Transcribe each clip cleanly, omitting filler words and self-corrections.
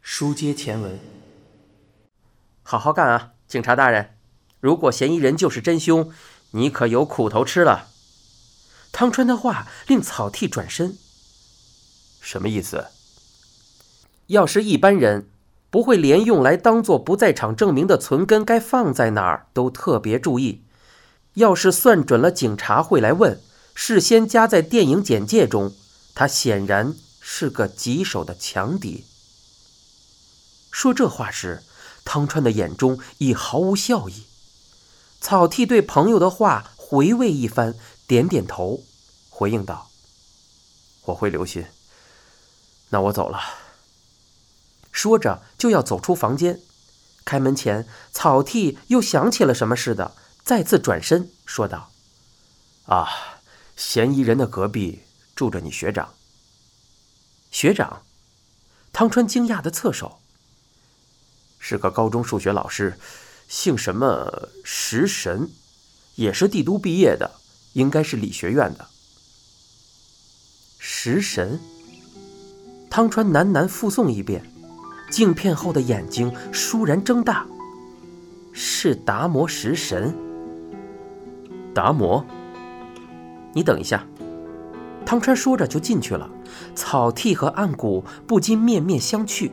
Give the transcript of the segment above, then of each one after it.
书接前文。好好干啊，警察大人，如果嫌疑人就是真凶，你可有苦头吃了。汤川的话令草剃转身。 什么意思？ 要是一般人，不会连用来当作不在场证明的存根该放在哪儿都特别注意。要是算准了警察会来问，事先加在电影简介中，他显然是个棘手的强敌。说这话时，汤川的眼中已毫无笑意。草剃对朋友的话回味一番，点点头，回应道： 我会留心。那我走了。 说着就要走出房间，开门前，草剃又想起了什么似的，再次转身说道： 啊，嫌疑人的隔壁住着你学长。 学长？汤川惊讶地侧手。 是个高中数学老师，姓什么石神，也是帝都毕业的，应该是理学院的。 石神？汤川喃喃复诵一遍，镜片后的眼睛倏然睁大。是达摩石神？ 达摩？ 你等一下。汤川说着就进去了，草剃和岸谷不禁面面相觑。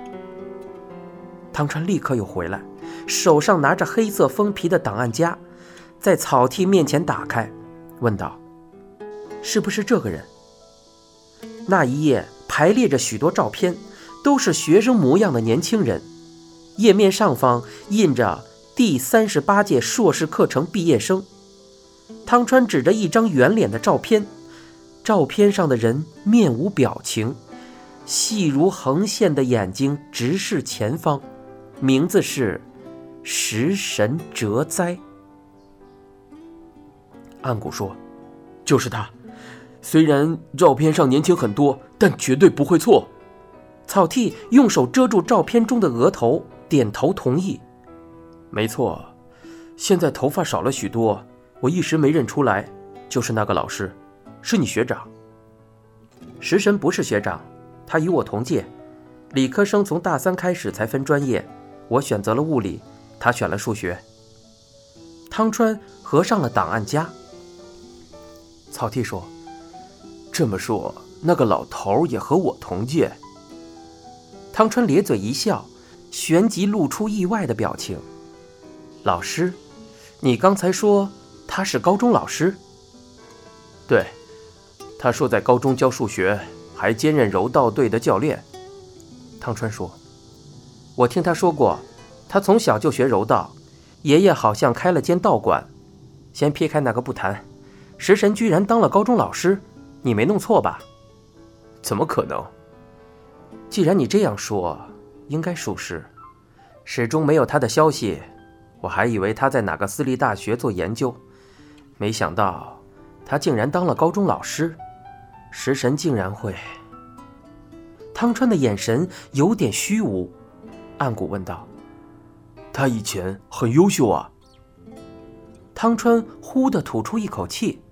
汤川立刻又回来，手上拿着黑色封皮的档案夹，在草剃面前打开，问道：是不是这个人？那一页排列着许多照片，都是学生模样的年轻人，页面上方印着第38届硕士课程毕业生。汤川指着一张圆脸的照片，照片上的人面无表情，细如横线的眼睛直视前方，名字是石神哲哉。 岸谷说：就是他，虽然照片上年轻很多，但绝对不会错。 草剃用手遮住照片中的额头，点头同意。 没错，现在头发少了许多，我一时没认出来，就是那个老师，是你学长。 石神不是学长，他与我同届，理科生从大3开始才分专业，我选择了物理，他选了数学。汤川合上了档案夹。 草剃说：这么说，那个老头也和我同届。 汤川咧嘴一笑，旋即露出意外的表情。老师？你刚才说他是高中老师？ 对，他说在高中教数学，还兼任柔道队的教练。 汤川说：我听他说过，他从小就学柔道，爷爷好像开了间道馆。先撇开那个不谈，石神居然当了高中老师，你没弄错吧？ 怎么可能？ 既然你这样说，应该属实。始终没有他的消息，我还以为他在哪个私立大学做研究，没想到他竟然当了高中老师。石神竟然会……汤川的眼神有点虚无。岸谷问道： 他以前很优秀啊。 汤川忽地吐出一口气。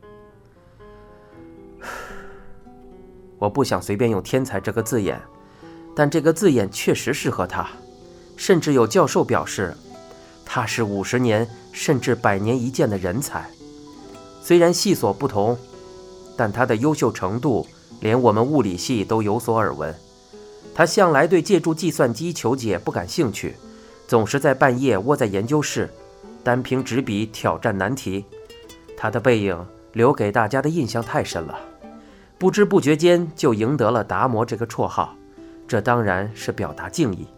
我不想随便用天才这个字眼，但这个字眼确实适合他。甚至有教授表示，他是50年甚至100年一见的人才。虽然系所不同，但他的优秀程度连我们物理系都有所耳闻。他向来对借助计算机求解不感兴趣，总是在半夜窝在研究室，单凭纸笔挑战难题。他的背影留给大家的印象太深了，不知不觉间就赢得了达摩这个绰号，这当然是表达敬意。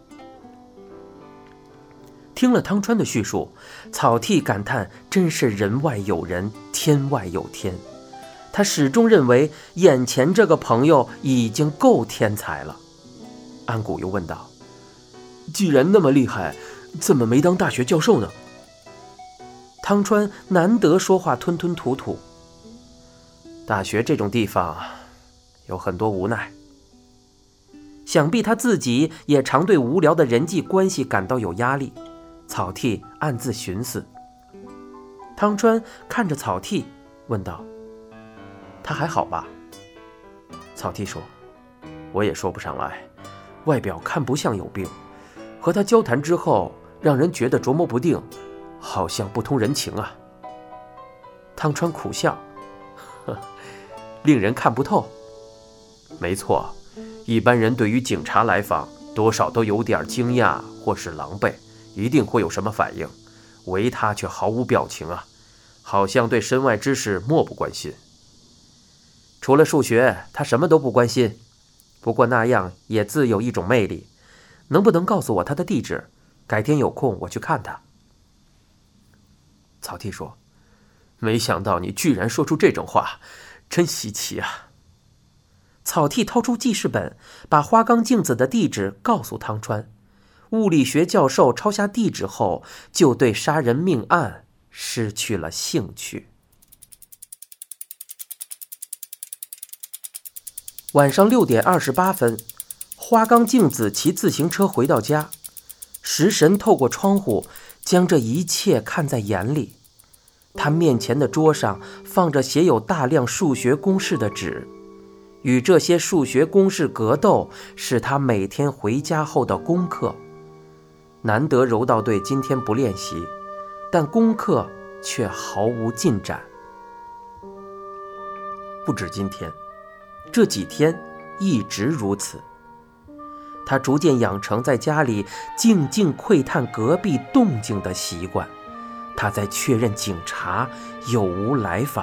听了汤川的叙述，草剃感叹真是人外有人，天外有天。他始终认为眼前这个朋友已经够天才了。岸谷又问道： 既然那么厉害，怎么没当大学教授呢？ 汤川难得说话吞吞吐吐。大学这种地方有很多无奈，想必他自己也常对无聊的人际关系感到有压力。草剃暗自寻思。汤川看着草剃问道：他还好吧？ 草剃说：我也说不上来， 外表看不像有病，和他交谈之后，让人觉得琢磨不定，好像不通人情啊。汤川苦笑，呵，令人看不透。没错，一般人对于警察来访，多少都有点惊讶或是狼狈，一定会有什么反应，唯他却毫无表情啊，好像对身外之事漠不关心。除了数学，他什么都不关心，不过那样也自有一种魅力。能不能告诉我他的地址？改天有空我去看他。草剃说，没想到你居然说出这种话，真稀奇啊。 草剃掏出记事本，把花冈镜子的地址告诉汤川。物理学教授抄下地址后，就对杀人命案失去了兴趣。晚上6点28分，花冈镜子骑自行车回到家，食神透过窗户将这一切看在眼里。他面前的桌上放着写有大量数学公式的纸，与这些数学公式格斗是他每天回家后的功课。难得柔道队今天不练习，但功课却毫无进展。不止今天，这几天一直如此。他逐渐养成在家里静静窥探隔壁动静的习惯。他在确认警察有无来访。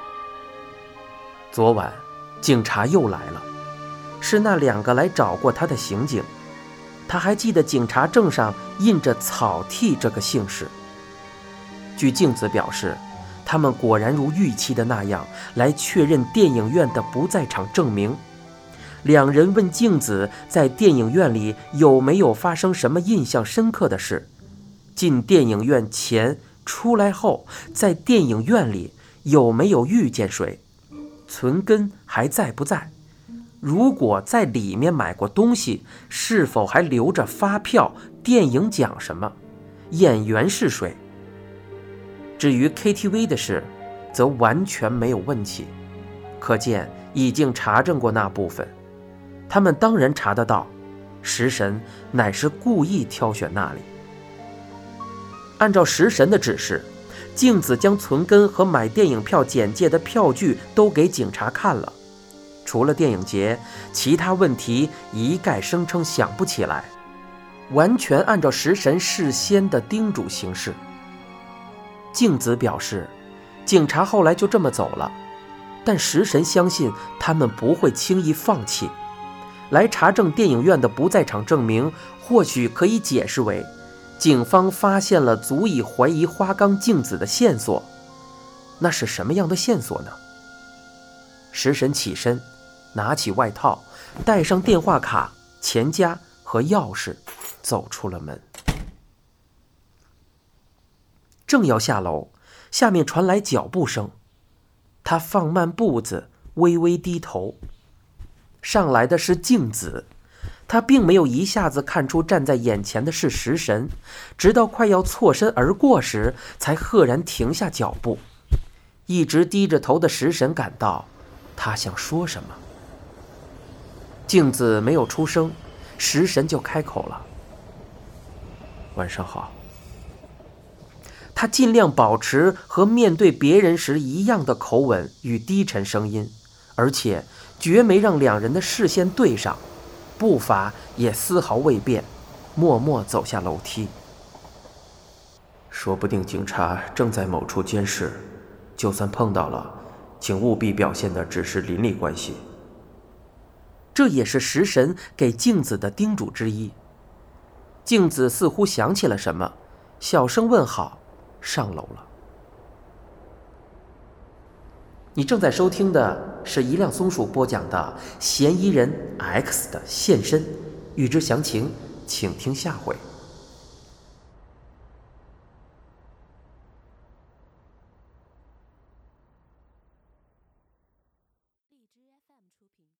昨晚警察又来了，是那2个来找过他的刑警。他还记得警察证上印着草剃这个姓氏。据镜子表示，他们果然如预期的那样来确认电影院的不在场证明。2人问镜子在电影院里有没有发生什么印象深刻的事，进电影院前出来后在电影院里有没有遇见谁，存根还在不在，如果在里面买过东西，是否还留着发票，电影讲什么，演员是谁。至于 KTV 的事则完全没有问题，可见已经查证过那部分。他们当然查得到，食神乃是故意挑选那里。按照食神的指示，镜子将存根和买电影票简介的票据都给警察看了。除了电影节，其他问题一概声称想不起来，完全按照食神事先的叮嘱行事。镜子表示，警察后来就这么走了，但食神相信他们不会轻易放弃。来查证电影院的不在场证明，或许可以解释为警方发现了足以怀疑花冈镜子的线索。那是什么样的线索呢？食神起身，拿起外套，带上电话卡、钱夹和钥匙，走出了门。正要下楼，下面传来脚步声。他放慢步子，微微低头。上来的是镜子，他并没有一下子看出站在眼前的是食神，直到快要错身而过时，才赫然停下脚步。一直低着头的食神感到他想说什么。镜子没有出声，食神就开口了：晚上好。他尽量保持和面对别人时一样的口吻与低沉声音，而且绝没让2人的视线对上，步伐也丝毫未变，默默走下楼梯。说不定警察正在某处监视，就算碰到了，请务必表现的只是邻里关系。这也是食神给镜子的叮嘱之一。镜子似乎想起了什么，小声问好，上楼了。你正在收听的是一辆松鼠播讲的嫌疑人 X 的现身，欲知详情，请听下回。